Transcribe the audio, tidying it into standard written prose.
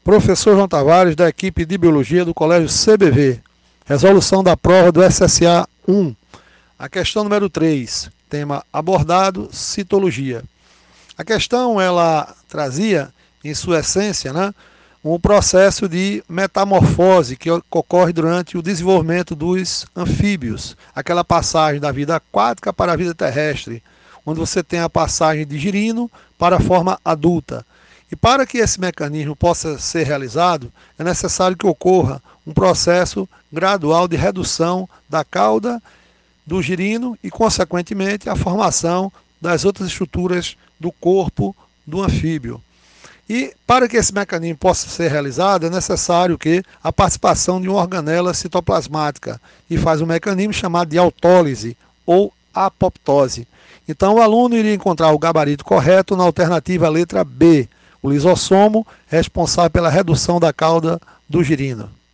Professor João Tavares, da equipe de Biologia do Colégio CBV. Resolução da prova do SSA 1. A questão número 3, tema abordado, citologia. A questão, ela trazia, em sua essência, um processo de metamorfose que ocorre durante o desenvolvimento dos anfíbios. Aquela passagem da vida aquática para a vida terrestre, onde você tem a passagem de girino para a forma adulta. E para que esse mecanismo possa ser realizado, é necessário que ocorra um processo gradual de redução da cauda do girino e, consequentemente, a formação das outras estruturas do corpo do anfíbio. E para que esse mecanismo possa ser realizado, é necessário que a participação de uma organela citoplasmática, e faz um mecanismo chamado de autólise ou apoptose. Então o aluno iria encontrar o gabarito correto na alternativa letra B, o lisossomo responsável pela redução da cauda do girino.